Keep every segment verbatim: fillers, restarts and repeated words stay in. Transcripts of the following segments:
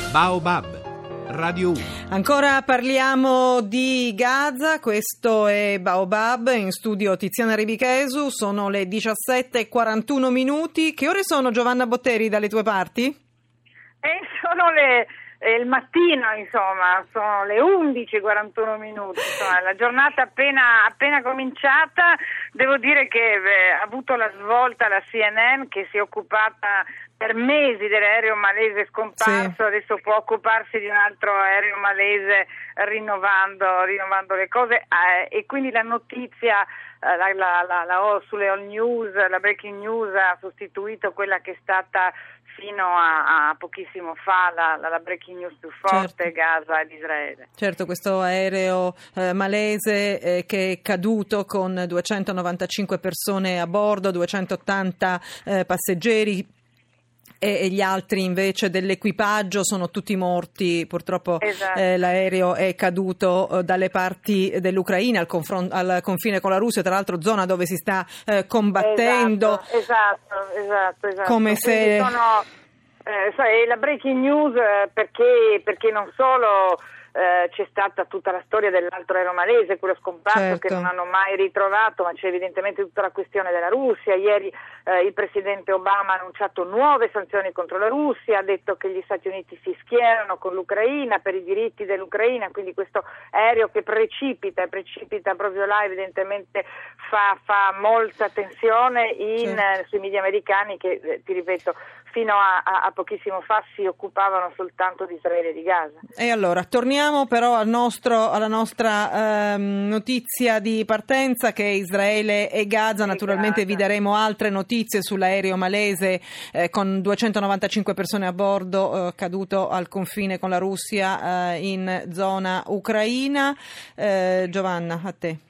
Baobab, Radio uno. Ancora parliamo di Gaza, questo è Baobab, in studio Tiziana Ribichesu, sono le diciassette e quarantuno minuti. Che ore sono, Giovanna Botteri, dalle tue parti? Eh, sono le... È il mattino, insomma, sono le undici e quarantuno minuti, insomma, la giornata appena, appena cominciata. Devo dire che eh, ha avuto la svolta la C N N, che si è occupata per mesi dell'aereo malese scomparso, sì. Adesso può occuparsi di un altro aereo malese rinnovando, rinnovando le cose, eh, e quindi la notizia eh, la, la, la, la, sulle all news, la breaking news ha sostituito quella che è stata fino a, a pochissimo fa la, la, la breaking news più forte, certo. Gaza ed Israele. Certo, questo aereo eh, malese eh, che è caduto con duecentonovantacinque persone a bordo, duecentottanta eh, passeggeri, e gli altri invece dell'equipaggio sono tutti morti. Purtroppo esatto. eh, l'aereo è caduto eh, dalle parti dell'Ucraina al, confron- al confine con la Russia, tra l'altro zona dove si sta eh, combattendo. Esatto, esatto, esatto, esatto. Come se sono, eh, la breaking news eh, perché, perché non solo Eh, c'è stata tutta la storia dell'altro aereo malese, quello scomparso, certo. Che non hanno mai ritrovato, ma c'è evidentemente tutta la questione della Russia. Ieri eh, il presidente Obama ha annunciato nuove sanzioni contro la Russia, ha detto che gli Stati Uniti si schierano con l'Ucraina per i diritti dell'Ucraina, quindi questo aereo che precipita e precipita proprio là evidentemente fa, fa molta tensione in, certo. eh, sui media americani che, eh, ti ripeto, fino a, a, a pochissimo fa si occupavano soltanto di Israele e di Gaza. E allora torniamo però al nostro, alla nostra ehm, notizia di partenza, che è Israele e Gaza. Naturalmente vi daremo altre notizie sull'aereo malese eh, con duecentonovantacinque persone a bordo, eh, caduto al confine con la Russia eh, in zona ucraina. Eh, Giovanna, a te.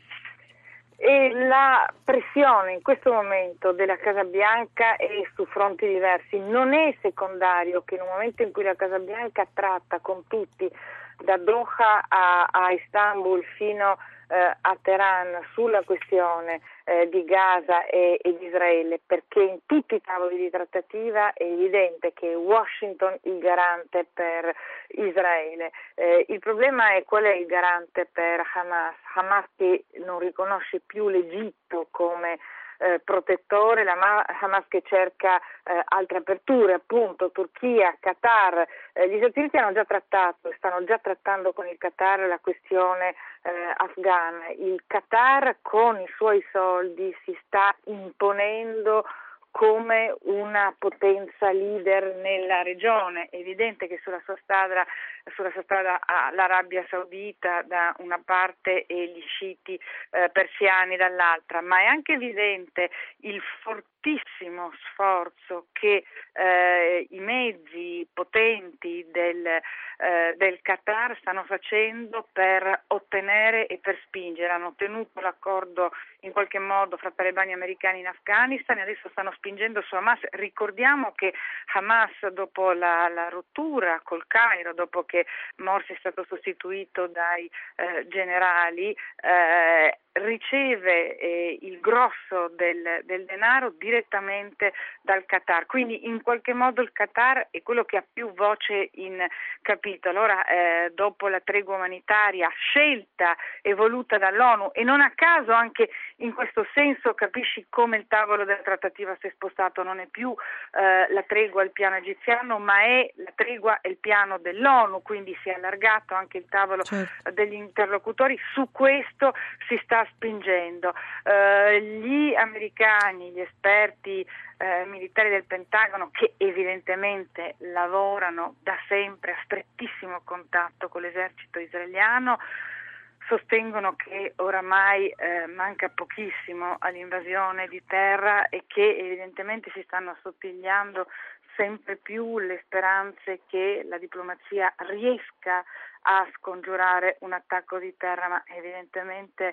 E la pressione in questo momento della Casa Bianca è su fronti diversi. Non è secondario che in un momento in cui la Casa Bianca tratta con tutti, da Doha a, a Istanbul fino eh, a Teheran, sulla questione eh, di Gaza e, e di Israele, perché in tutti i tavoli di trattativa è evidente che è Washington il garante per Israele. Eh, il problema è qual è il garante per Hamas? Hamas che non riconosce più l'Egitto come Eh, protettore, la Hamas che cerca eh, altre aperture, appunto Turchia, Qatar. Eh, gli Stati Uniti hanno già trattato, stanno già trattando con il Qatar la questione eh, afghana. Il Qatar con i suoi soldi si sta imponendo come una potenza leader nella regione. È evidente che sulla sua strada, sulla sua strada ha l'Arabia Saudita da una parte e gli sciiti eh, persiani dall'altra, ma è anche evidente il fortissimo sforzo che eh, i mezzi potenti del, eh, del Qatar stanno facendo per ottenere e per spingere. Hanno ottenuto l'accordo in qualche modo fra talebani americani in Afghanistan e adesso stanno spingendo su Hamas. Ricordiamo che Hamas, dopo la, la rottura col Cairo, dopo che Morsi è stato sostituito dai eh, generali, eh, riceve eh, il grosso del, del denaro direttamente dal Qatar, quindi in qualche modo il Qatar è quello che ha più voce in capitolo. Ora eh, dopo la tregua umanitaria scelta e voluta dall'ONU, e non a caso anche in questo senso capisci come il tavolo della trattativa si è spostato, non è più eh, la tregua e il piano egiziano, ma è la tregua e il piano dell'ONU, quindi si è allargato anche il tavolo, certo. degli interlocutori. Su questo si sta spingendo. Eh, gli americani, gli esperti eh, militari del Pentagono, che evidentemente lavorano da sempre a strettissimo contatto con l'esercito israeliano, sostengono che oramai eh, manca pochissimo all'invasione di terra e che evidentemente si stanno assottigliando sempre più le speranze che la diplomazia riesca a scongiurare un attacco di terra, ma evidentemente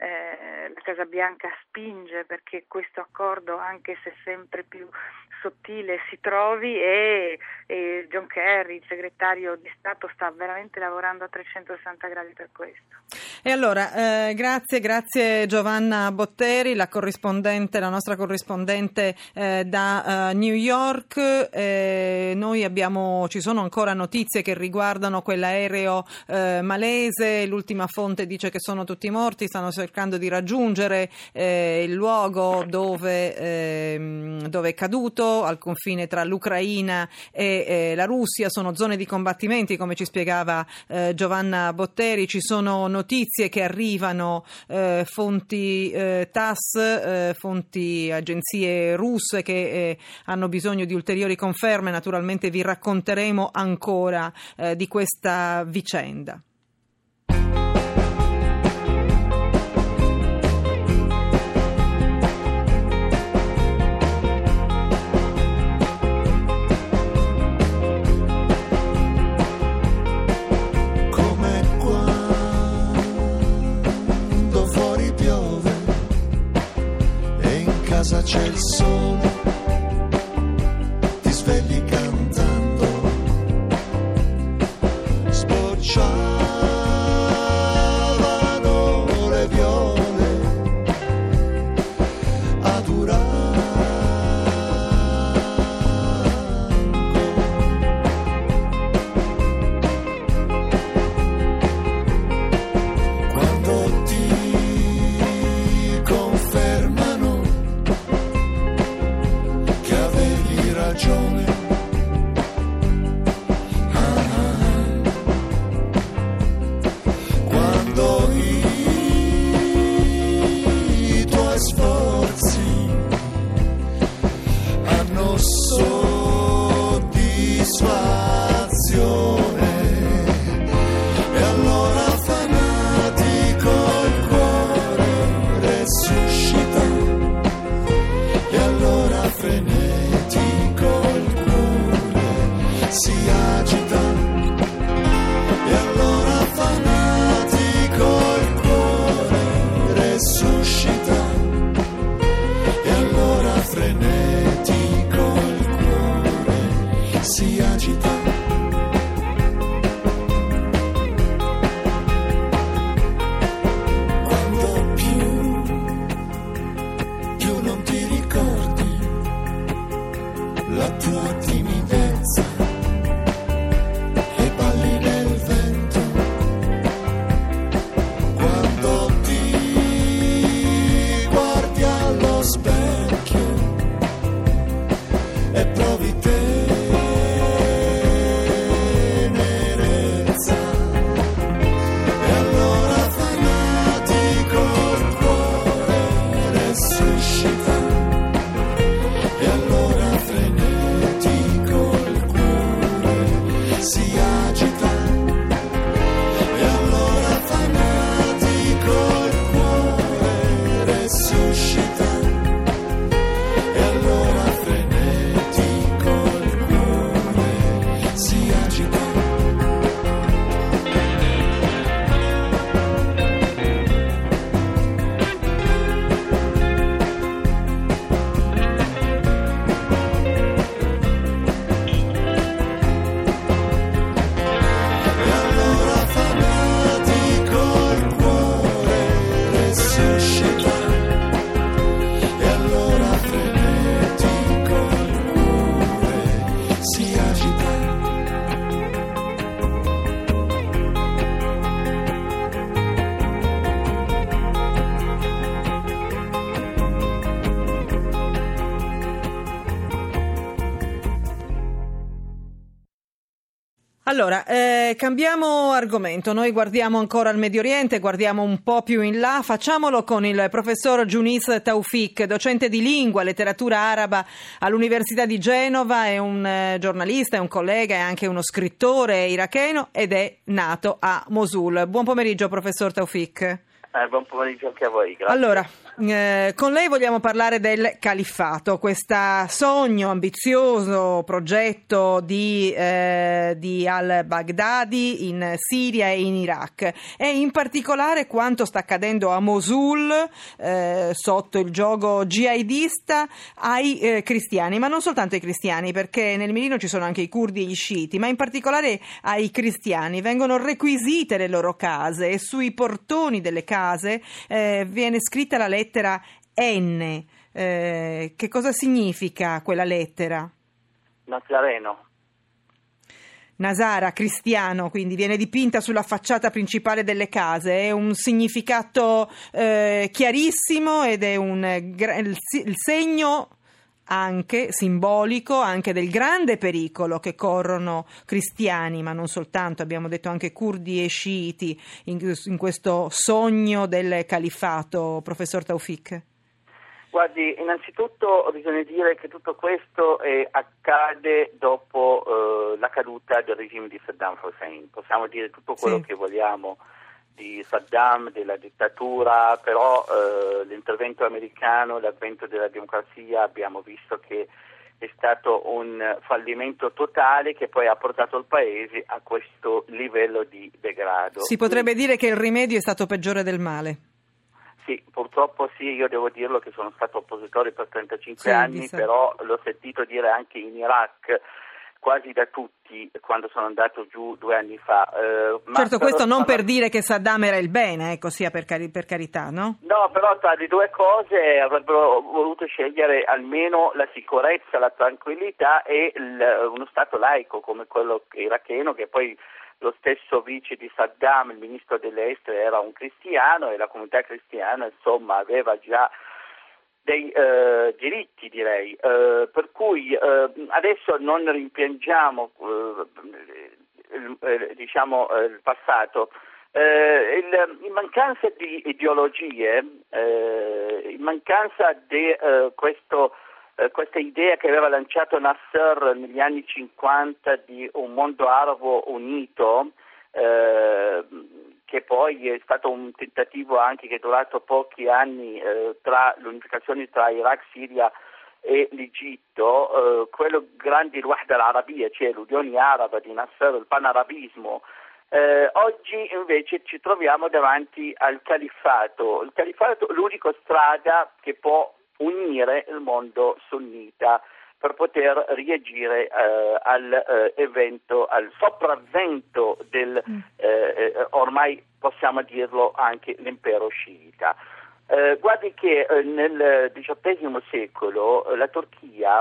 eh, la Casa Bianca spinge perché questo accordo, anche se sempre più sottile, si trovi, e, e John Kerry, il segretario di Stato, sta veramente lavorando a trecentosessanta gradi per questo. E allora, eh, grazie, grazie Giovanna Botteri, la corrispondente, la nostra corrispondente eh, da uh, New York. Eh, noi abbiamo, ci sono ancora notizie che riguardano quell'aereo eh, malese. L'ultima fonte dice che sono tutti morti, stanno cercando di raggiungere eh, il luogo dove, eh, dove è caduto, al confine tra l'Ucraina e eh, la Russia. Sono zone di combattimenti, come ci spiegava eh, Giovanna Botteri. Ci sono notizie che arrivano, eh, fonti eh, T A S, eh, fonti agenzie russe che eh, hanno bisogno di ulteriori conferme. Naturalmente vi racconteremo ancora eh, di questa vicenda. C'è il sole, ti svegli cantando, sbocciavano le viole a Durango. Quando ti confermano ragione, ah, ah. Quando i tuoi sforzi hanno soddisfazione, e allora fanatico il cuore resuscita, e allora frenetico si agita, e allora fanatico il cuore resuscita, e allora frenetico il cuore si agita. Quando più, più non ti ricordi la tua timidezza e balli nel vento, quando ti guardi allo specchio e provi tenerezza, e allora fanatico il cuore resuscita, e allora frenetico il cuore si agita, e allora fanatico il cuore resuscita, e allora frenetico il cuore si agita. Allora, eh, cambiamo argomento. Noi guardiamo ancora al Medio Oriente, guardiamo un po' più in là. Facciamolo con il professor Younis Tawfik, docente di lingua e letteratura araba all'Università di Genova. È un eh, giornalista, è un collega, è anche uno scrittore iracheno ed è nato a Mosul. Buon pomeriggio, professor Tawfik. Eh, buon pomeriggio anche a voi, grazie. Allora, Eh, con lei vogliamo parlare del califfato, questo sogno ambizioso, progetto di, eh, di al-Baghdadi in Siria e in Iraq, e in particolare quanto sta accadendo a Mosul eh, sotto il giogo jihadista ai eh, cristiani, ma non soltanto ai cristiani, perché nel mirino ci sono anche i curdi e gli sciiti, ma in particolare ai cristiani. Vengono requisite le loro case e sui portoni delle case eh, viene scritta la lettera N. Eh, che cosa significa quella lettera? Nazareno. Nasara, cristiano, quindi viene dipinta sulla facciata principale delle case. È un significato eh, chiarissimo ed è un, il, il segno anche simbolico anche del grande pericolo che corrono cristiani, ma non soltanto, abbiamo detto anche curdi e sciiti in, in questo sogno del califfato, professor Taufik. Guardi, innanzitutto bisogna dire che tutto questo eh, accade dopo eh, la caduta del regime di Saddam Hussein. Possiamo dire tutto quello sì. che vogliamo di Saddam, della dittatura, però eh, l'intervento americano, l'avvento della democrazia, abbiamo visto che è stato un fallimento totale che poi ha portato il paese a questo livello di degrado. Si potrebbe dire che il rimedio è stato peggiore del male. Sì, purtroppo sì, io devo dirlo che sono stato oppositore per trentacinque sì, anni, però l'ho sentito dire anche in Iraq, quasi da tutti, quando sono andato giù due anni fa. Eh, ma certo, questo non sono... per dire che Saddam era il bene, ecco, sia per, cari- per carità, no? No, però tra le due cose avrebbero voluto scegliere almeno la sicurezza, la tranquillità e il, uno Stato laico come quello iracheno, che poi lo stesso vice di Saddam, il ministro delle estere, era un cristiano e la comunità cristiana, insomma, aveva già dei eh, diritti, direi, eh, per cui eh, adesso non rimpiangiamo eh, il, eh, diciamo eh, il passato. Eh, il, in mancanza di ideologie, eh, in mancanza di eh, questo eh, questa idea che aveva lanciato Nasser negli anni cinquanta di un mondo arabo unito, eh, che poi è stato un tentativo anche che è durato pochi anni eh, tra l'unificazione tra Iraq, Siria e l'Egitto, eh, quello grande il Wahda al-Arabia, cioè l'Unione Araba di Nasser, il panarabismo. Eh, oggi invece ci troviamo davanti al califfato. Il califfato è l'unica strada che può unire il mondo sunnita per poter reagire eh, all'evento, eh, al sopravvento del eh, ormai possiamo dirlo anche l'impero sciita. Eh, guardi che eh, nel diciottesimo secolo eh, la Turchia,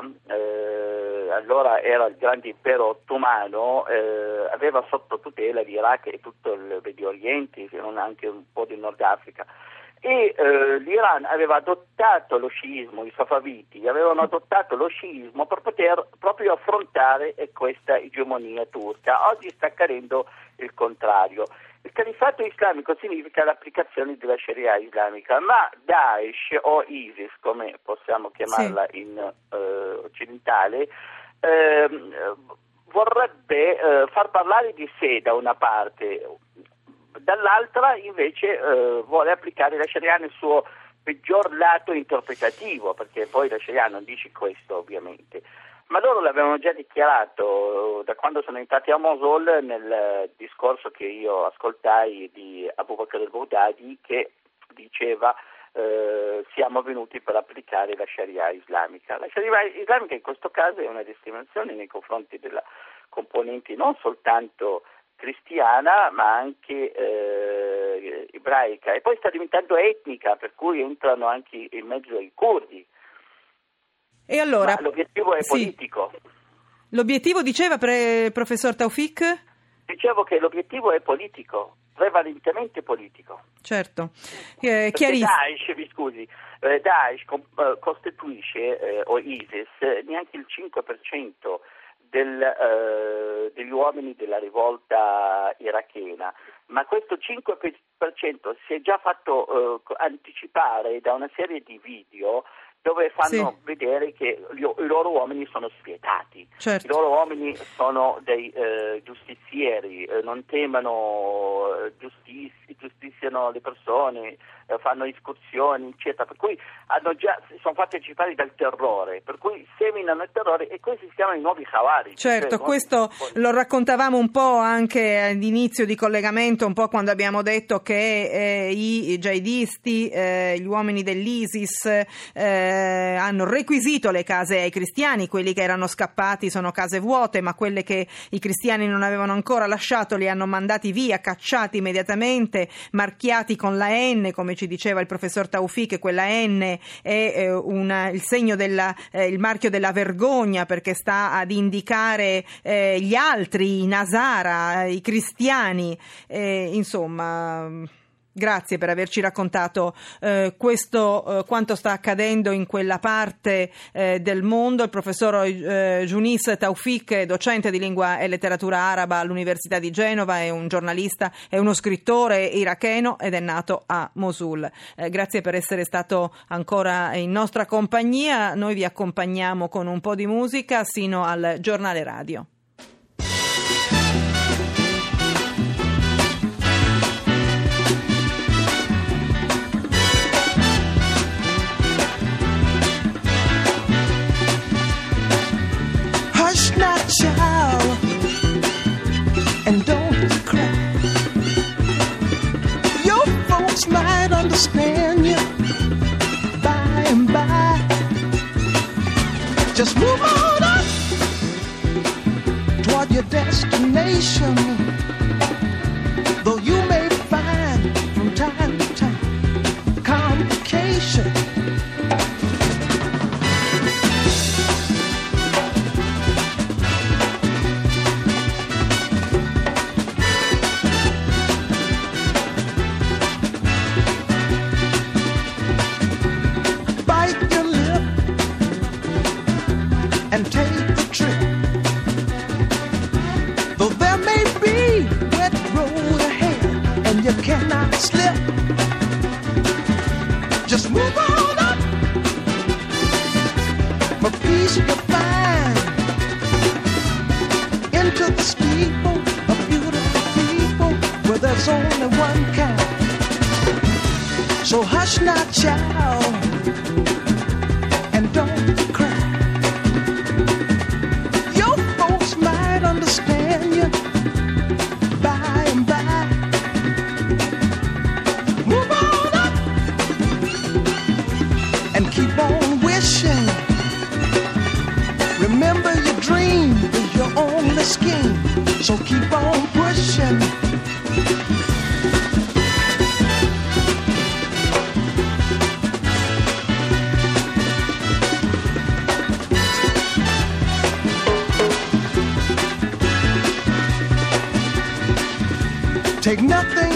eh, allora era il grande impero ottomano, eh, aveva sotto tutela l'Iraq e tutto il Medio Oriente, se non anche un po' del Nord Africa. E eh, l'Iran aveva adottato lo sciismo, i safaviti avevano adottato lo sciismo per poter proprio affrontare eh, questa egemonia turca. Oggi sta accadendo il contrario. Il califfato islamico significa l'applicazione della Sharia islamica, ma Daesh o ISIS, come possiamo chiamarla sì. in eh, occidentale, eh, vorrebbe eh, far parlare di sé da una parte, dall'altra invece eh, vuole applicare la Sharia nel suo peggior lato interpretativo, perché poi la Sharia non dice questo ovviamente. Ma loro l'avevano già dichiarato da quando sono entrati a Mosul nel discorso che io ascoltai di Abu Bakr al-Baghdadi, che diceva eh, siamo venuti per applicare la Sharia islamica. La Sharia islamica in questo caso è una discriminazione nei confronti della componente non soltanto cristiana ma anche eh, ebraica, e poi sta diventando etnica, per cui entrano anche in mezzo ai curdi. E allora, ma l'obiettivo è sì. politico. L'obiettivo diceva, pre, professor Taufik? Dicevo che l'obiettivo è politico, prevalentemente politico. Certo, eh, chiarissimo. Daesh, mi scusi, eh, Daesh com, eh, costituisce, eh, o ISIS, neanche il cinque per cento del, eh, degli uomini della rivolta irachena, ma questo cinque per cento si è già fatto eh, anticipare da una serie di video dove fanno sì. vedere che gli, i loro uomini sono spietati, certo. I loro uomini sono dei eh, giustizieri, eh, non temono, eh, giustizi, giustiziano le persone, eh, fanno escursioni, eccetera, per cui hanno già, sono fatti anticipati dal terrore, per cui seminano il terrore e questi si chiamano i nuovi Khawarij. Certo, cioè, questo nuovi... lo raccontavamo un po' anche all'inizio di collegamento, un po' quando abbiamo detto che eh, i jihadisti, eh, gli uomini dell'ISIS eh, hanno requisito le case ai cristiani, quelli che erano scappati sono case vuote, ma quelle che i cristiani non avevano ancora lasciato li hanno mandati via, cacciati immediatamente, marchiati con la N, come ci diceva il professor Taufik, quella N è eh, una, il segno della, eh, il marchio della vergogna, perché sta ad indicare eh, gli altri, i Nasara, i cristiani, eh, insomma. Grazie per averci raccontato eh, questo eh, quanto sta accadendo in quella parte eh, del mondo. Il professor eh, Younis Taufik, docente di lingua e letteratura araba all'Università di Genova, è un giornalista, è uno scrittore iracheno ed è nato a Mosul. Eh, grazie per essere stato ancora in nostra compagnia. Noi vi accompagniamo con un po' di musica sino al giornale radio. Child, and don't cry. Your folks might understand you by and by. Just move on up toward your destination, though you may find from time to time complications. And take the trip, though there may be wet road ahead and you cannot slip. Just move on up, for peace you'll find into the steeple of beautiful people where there's only one kind. So hush now, child, and don't cry. Understand you by and by. Move on up and keep on wishing. Remember your dream is your only scheme, so keep on pushing. Take nothing